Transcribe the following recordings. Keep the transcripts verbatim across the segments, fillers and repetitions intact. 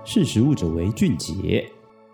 识时务者为俊杰。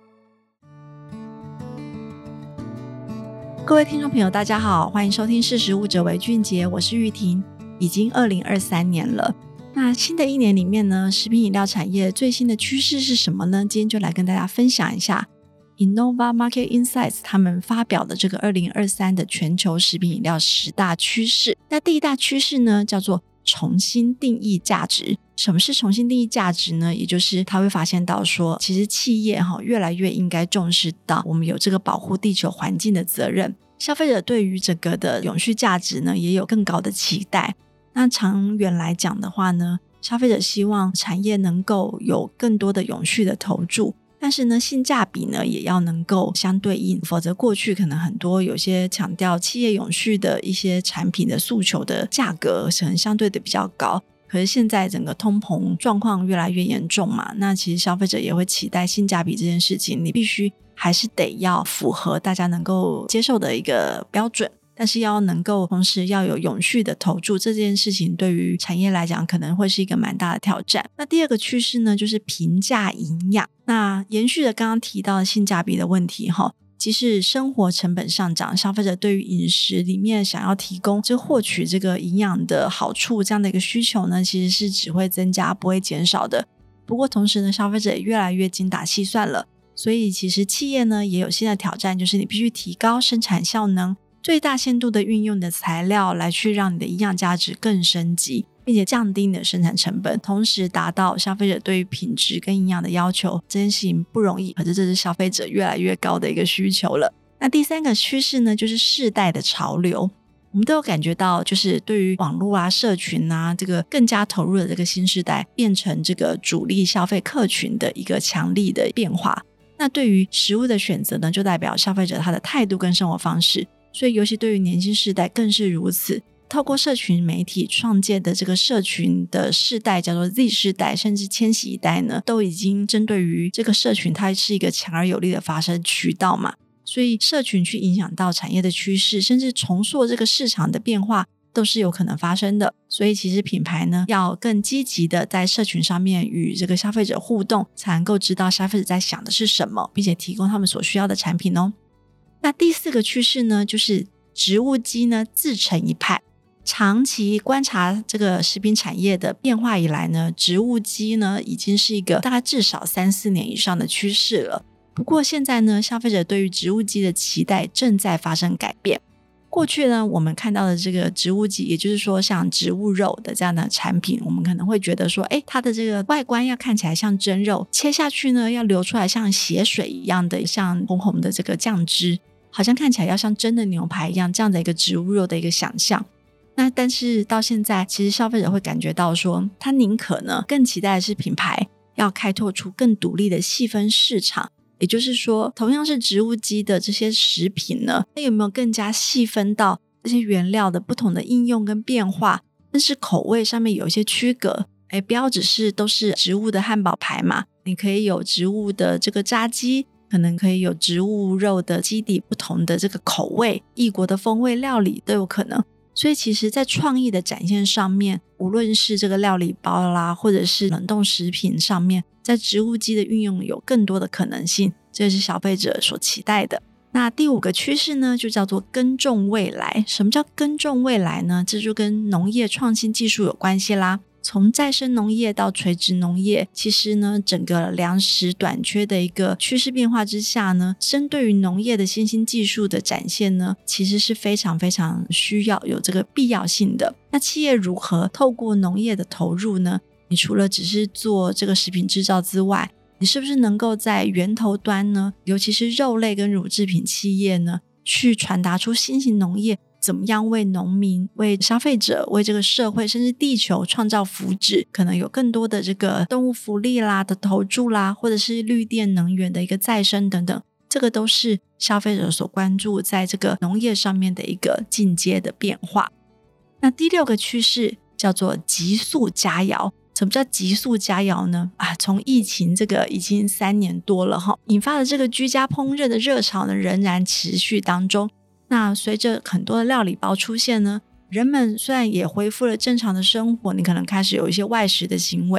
各位听众朋友大家好，欢迎收听识时务者为俊杰，我是玉婷。已经二零二三年了，那新的一年里面呢，食品饮料产业最新的趋势是什么呢？今天就来跟大家分享一下 Innova Market Insights 他们发表的这个二零二三的全球食品饮料十大趋势。那第一大趋势呢，叫做重新定义价值。什么是重新定义价值呢？也就是他会发现到说，其实企业越来越应该重视到我们有这个保护地球环境的责任，消费者对于整个的永续价值呢也有更高的期待。那长远来讲的话呢，消费者希望产业能够有更多的永续的投注，但是呢性价比呢也要能够相对应，否则过去可能很多有些强调企业永续的一些产品的诉求的价格可能相对的比较高，可是现在整个通膨状况越来越严重嘛，那其实消费者也会期待性价比这件事情你必须还是得要符合大家能够接受的一个标准，但是要能够同时要有永续的投注，这件事情对于产业来讲可能会是一个蛮大的挑战。那第二个趋势呢，就是平价营养。那延续了刚刚提到的性价比的问题齁，即使生活成本上涨，消费者对于饮食里面想要提供就获取这个营养的好处这样的一个需求呢，其实是只会增加不会减少的。不过同时呢，消费者也越来越精打细算了，所以其实企业呢也有新的挑战，就是你必须提高生产效能，最大限度的运用你的材料来去让你的营养价值更升级，并且降低你的生产成本，同时达到消费者对于品质跟营养的要求。这件事情不容易，可是这是消费者越来越高的一个需求了。那第三个趋势呢，就是世代的潮流。我们都有感觉到，就是对于网络啊、社群啊，这个更加投入的这个新世代变成这个主力消费客群的一个强力的变化。那对于食物的选择呢，就代表消费者他的态度跟生活方式，所以尤其对于年轻世代更是如此。透过社群媒体创建的这个社群的世代叫做 Z 世代，甚至千禧一代呢，都已经针对于这个社群，它是一个强而有力的发声渠道嘛，所以社群去影响到产业的趋势，甚至重塑这个市场的变化都是有可能发生的。所以其实品牌呢要更积极的在社群上面与这个消费者互动，才能够知道消费者在想的是什么，并且提供他们所需要的产品哦。那第四个趋势呢，就是植物基呢自成一派。长期观察这个食品产业的变化以来呢，植物基呢已经是一个大概至少三四年以上的趋势了。不过现在呢，消费者对于植物基的期待正在发生改变。过去呢，我们看到的这个植物基，也就是说像植物肉的这样的产品，我们可能会觉得说，诶，它的这个外观要看起来像真肉，切下去呢要流出来像血水一样的像红红的这个酱汁，好像看起来要像真的牛排一样，这样的一个植物肉的一个想象。那但是到现在，其实消费者会感觉到说，他宁可呢更期待的是品牌要开拓出更独立的细分市场。也就是说，同样是植物基的这些食品呢，它有没有更加细分到这些原料的不同的应用跟变化，但是口味上面有一些区隔。诶，不要只是都是植物的汉堡排嘛，你可以有植物的这个炸鸡，可能可以有植物肉的基底，不同的这个口味，异国的风味料理都有可能。所以其实在创意的展现上面，无论是这个料理包啦，或者是冷冻食品上面，在植物基的运用有更多的可能性，这是消费者所期待的。那第五个趋势呢，就叫做耕种未来。什么叫耕种未来呢？这就跟农业创新技术有关系啦。从再生农业到垂直农业，其实呢整个粮食短缺的一个趋势变化之下呢，针对于农业的新兴技术的展现呢，其实是非常非常需要有这个必要性的。那企业如何透过农业的投入呢？你除了只是做这个食品制造之外，你是不是能够在源头端呢，尤其是肉类跟乳制品企业呢，去传达出新型农业怎么样为农民、为消费者、为这个社会甚至地球创造福祉，可能有更多的这个动物福利啦的投注啦，或者是绿电能源的一个再生等等，这个都是消费者所关注在这个农业上面的一个进阶的变化。那第六个趋势叫做急速佳肴。什么叫急速佳肴呢？啊，从疫情这个已经三年多了哈，引发的这个居家烹饪的热潮呢，仍然持续当中。那随着很多的料理包出现呢，人们虽然也恢复了正常的生活，你可能开始有一些外食的行为，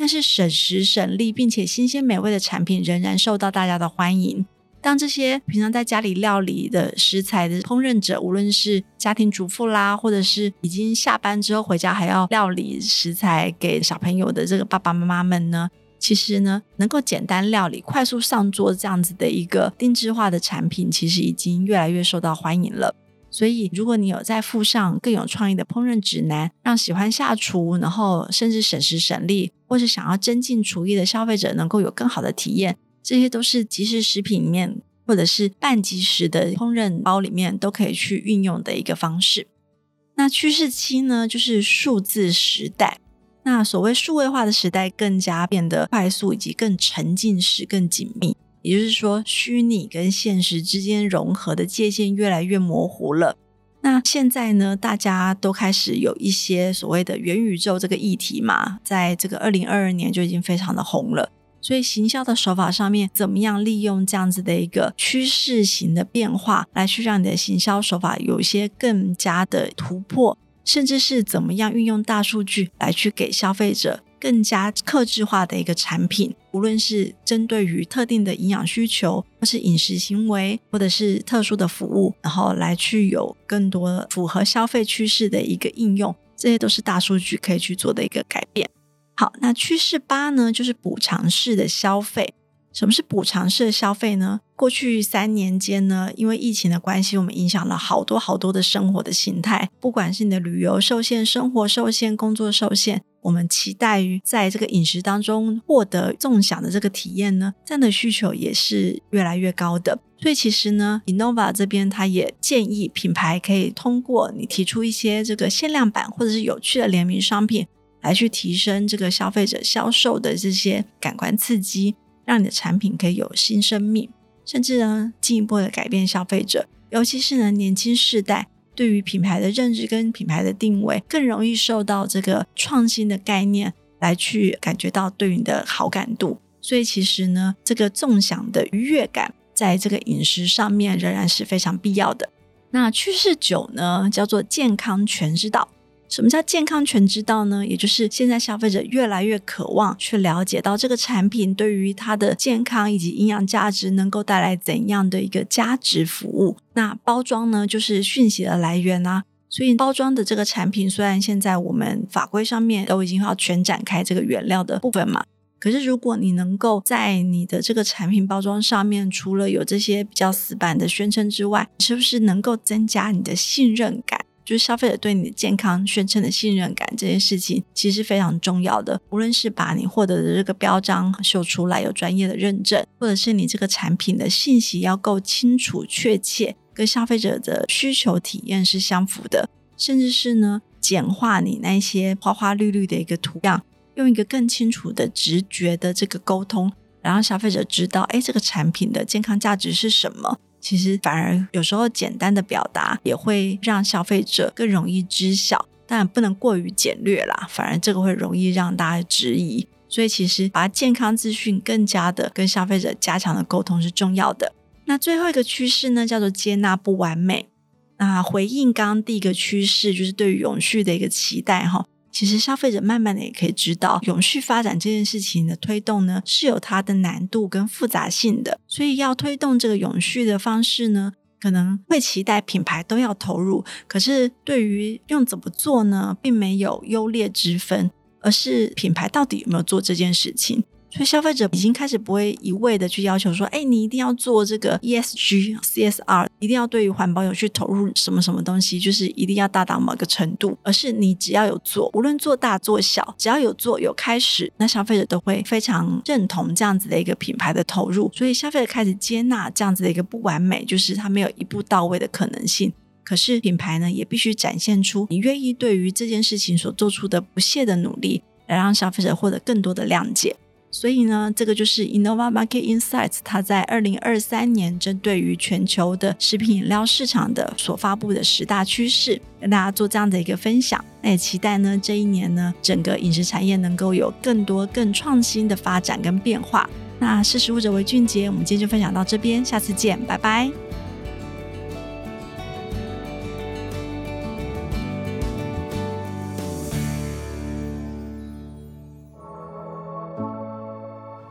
但是省时省力并且新鲜美味的产品仍然受到大家的欢迎。当这些平常在家里料理的食材的烹饪者，无论是家庭主妇啦，或者是已经下班之后回家还要料理食材给小朋友的这个爸爸妈妈们呢，其实呢能够简单料理快速上桌这样子的一个定制化的产品，其实已经越来越受到欢迎了。所以如果你有在附上更有创意的烹饪指南，让喜欢下厨然后甚至省时省力或是想要增进厨艺的消费者能够有更好的体验，这些都是即食食品里面或者是半即食的烹饪包里面都可以去运用的一个方式。那趋势七呢，就是数字时代。那所谓数位化的时代更加变得快速以及更沉浸式更紧密，也就是说虚拟跟现实之间融合的界限越来越模糊了。那现在呢，大家都开始有一些所谓的元宇宙这个议题嘛，在这个二零二二年就已经非常的红了。所以行销的手法上面怎么样利用这样子的一个趋势型的变化来去让你的行销手法有一些更加的突破，甚至是怎么样运用大数据来去给消费者更加客制化的一个产品，无论是针对于特定的营养需求或是饮食行为或者是特殊的服务，然后来去有更多符合消费趋势的一个应用，这些都是大数据可以去做的一个改变。好，那趋势八呢，就是补偿式的消费。什么是补偿式的消费呢？过去三年间呢，因为疫情的关系，我们影响了好多好多的生活的形态，不管是你的旅游受限、生活受限、工作受限，我们期待于在这个饮食当中获得纵享的这个体验呢，这样的需求也是越来越高的。所以其实呢 Innova 这边它也建议品牌可以通过你提出一些这个限量版或者是有趣的联名商品来去提升这个消费者销售的这些感官刺激，让你的产品可以有新生命，甚至呢进一步的改变消费者，尤其是呢年轻世代对于品牌的认知跟品牌的定位更容易受到这个创新的概念来去感觉到对于你的好感度。所以其实呢这个纵享的愉悦感在这个饮食上面仍然是非常必要的。那趋势九呢叫做健康全之道。什么叫健康全之道呢？也就是现在消费者越来越渴望去了解到这个产品对于它的健康以及营养价值能够带来怎样的一个价值服务。那包装呢就是讯息的来源啊，所以包装的这个产品虽然现在我们法规上面都已经要全展开这个原料的部分嘛，可是如果你能够在你的这个产品包装上面除了有这些比较死板的宣称之外，是不是能够增加你的信任感，就是消费者对你的健康宣称的信任感，这件事情其实是非常重要的。无论是把你获得的这个标章秀出来有专业的认证，或者是你这个产品的信息要够清楚确切，跟消费者的需求体验是相符的，甚至是呢简化你那些花花绿绿的一个图样，用一个更清楚的直觉的这个沟通，然后消费者知道诶这个产品的健康价值是什么。其实反而有时候简单的表达也会让消费者更容易知晓，当然不能过于简略啦，反而这个会容易让大家质疑。所以其实把健康资讯更加的跟消费者加强的沟通是重要的。那最后一个趋势呢叫做接纳不完美。那回应刚刚第一个趋势就是对于永续的一个期待齁，其实消费者慢慢的也可以知道永续发展这件事情的推动呢是有它的难度跟复杂性的，所以要推动这个永续的方式呢可能会期待品牌都要投入，可是对于用怎么做呢并没有优劣之分，而是品牌到底有没有做这件事情。所以消费者已经开始不会一味的去要求说哎，你一定要做这个 E S G C S R， 一定要对于环保有去投入什么什么东西，就是一定要达到某个程度，而是你只要有做，无论做大做小，只要有做有开始，那消费者都会非常认同这样子的一个品牌的投入。所以消费者开始接纳这样子的一个不完美，就是它没有一步到位的可能性，可是品牌呢也必须展现出你愿意对于这件事情所做出的不懈的努力，来让消费者获得更多的谅解。所以呢这个就是 Innova Market Insights 它在二零二三年针对于全球的食品饮料市场的所发布的十大趋势，跟大家做这样的一个分享。那也期待呢这一年呢整个饮食产业能够有更多更创新的发展跟变化。那识时务者为俊杰，我们今天就分享到这边，下次见，拜拜。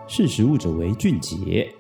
识时务者为俊杰。